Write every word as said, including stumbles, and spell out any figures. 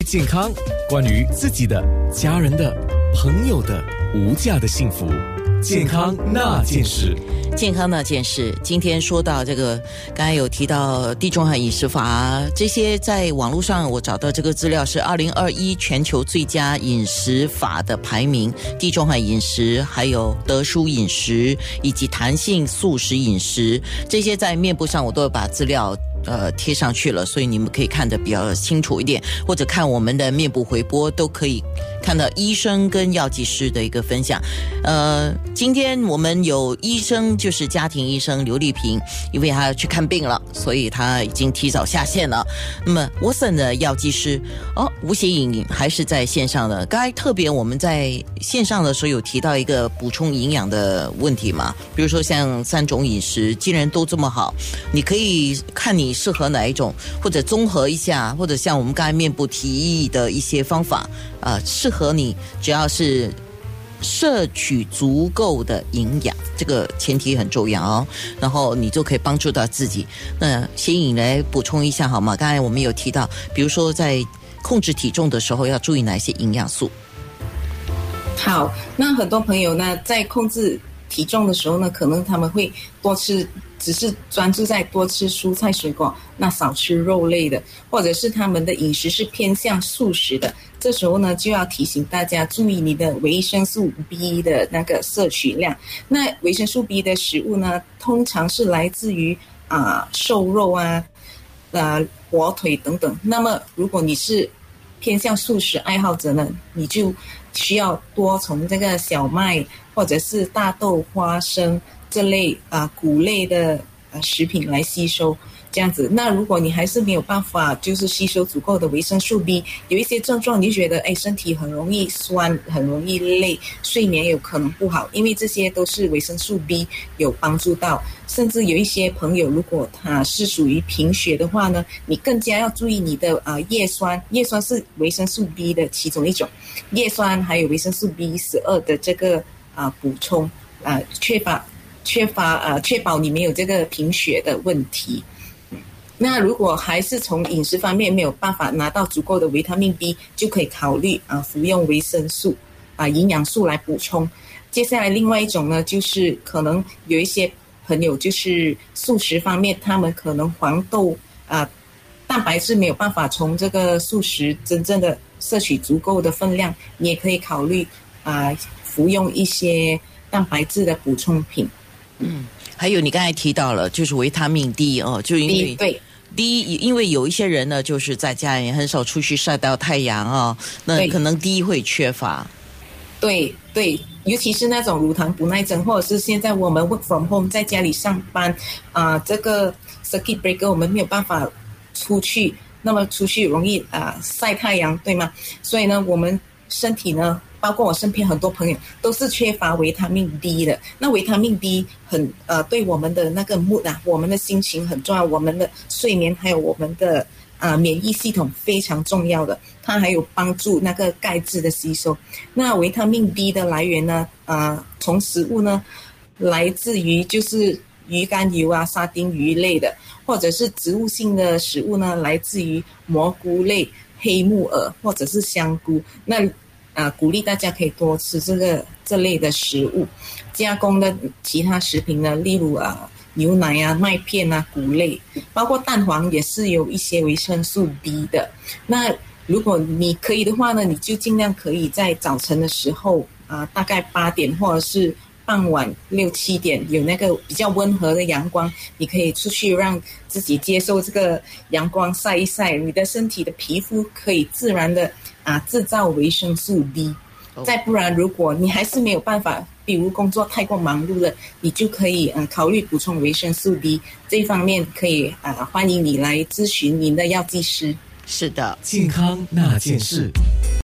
健康，关于自己的、家人的、朋友的无价的幸福。健康那件事， 健康那件事。今天说到这个，刚才有提到地中海饮食法，这些在网络上我找到这个资料是二零二一全球最佳饮食法的排名，地中海饮食，还有德叔饮食以及弹性素食饮食，这些在面部上我都有把资料呃贴上去了，所以你们可以看得比较清楚一点，或者看我们的面部回播都可以看到医生跟药剂师的一个分享。呃，今天我们有医生，就是家庭医生刘丽萍，因为他要去看病了，所以他已经提早下线了。那么Watson的药剂师哦，吴协颖还是在线上的。刚才特别我们在线上的时候有提到一个补充营养的问题嘛，比如说像三种饮食，既然都这么好，你可以看你适合哪一种，或者综合一下，或者像我们刚才面部提议的一些方法，呃，适合你，只要是摄取足够的营养，这个前提很重要哦。然后你就可以帮助到自己。那协颖来补充一下好吗？刚才我们有提到，比如说在控制体重的时候要注意哪些营养素？ 好，那很多朋友呢在控制体重的时候呢，可能他们会多吃，只是专注在多吃蔬菜水果，那少吃肉类的，或者是他们的饮食是偏向素食的。这时候呢，就要提醒大家注意你的维生素 B 的那个摄取量。那维生素 B 的食物呢，通常是来自于啊、呃、瘦肉啊、呃火腿等等。那么如果你是偏向素食爱好者呢，你就需要多从这个小麦或者是大豆、花生这类啊、呃、谷类的呃食品来吸收，这样子。那如果你还是没有办法就是吸收足够的维生素 B， 有一些症状你就觉得哎身体很容易酸，很容易累，睡眠有可能不好，因为这些都是维生素 B 有帮助到。甚至有一些朋友如果他是属于贫血的话呢，你更加要注意你的呃叶酸，叶酸是维生素 B 的其中一种，叶酸还有维生素 B 十二 的这个啊、呃、补充啊、呃、缺乏缺乏呃确保你没有这个贫血的问题。那如果还是从饮食方面没有办法拿到足够的维他命 B， 就可以考虑啊、呃、服用维生素啊、呃、营养素来补充。接下来另外一种呢，就是可能有一些朋友就是素食方面，他们可能黄豆啊、呃、蛋白质没有办法从这个素食真正的摄取足够的分量，你也可以考虑啊、呃、服用一些蛋白质的补充品。 嗯，还有你刚才提到了就是维他命 D 哦，就因为对。 D， 因为有一些人呢，就是在家里很少出去晒到太阳哦，那可能 D 会缺乏。 对对，尤其是那种乳糖不耐症，或者是现在我们 work from home 在家里上班啊、呃，这个 circuit breaker 我们没有办法出去，那么出去容易啊、呃、晒太阳，对吗？所以呢，我们身体呢，包括我身边很多朋友都是缺乏维他命 D 的。那维他命 D 很呃对我们的那个 mood 啊，我们的心情很重要，我们的睡眠还有我们的啊、呃、免疫系统非常重要的，它还有帮助那个钙质的吸收。那维他命 D 的来源呢，呃从食物呢来自于就是鱼肝油啊、沙丁鱼类的，或者是植物性的食物呢来自于蘑菇类、黑木耳或者是香菇。那啊、呃，鼓励大家可以多吃这个这类的食物。加工的其他食品呢，例如啊、呃、牛奶啊、麦片啊、谷类，包括蛋黄也是有一些维生素 B 的。那如果你可以的话呢，你就尽量可以在早晨的时候啊、呃，大概八点或者是傍晚六七点有那个比较温和的阳光，你可以出去让自己接受这个阳光晒一晒，你的身体的皮肤可以自然的啊制造维生素 D。再不然，如果你还是没有办法，比如工作太过忙碌了，你就可以呃考虑补充维生素 D。这一方面可以啊、呃、欢迎你来咨询您的药剂师。 是的， 健康那件事。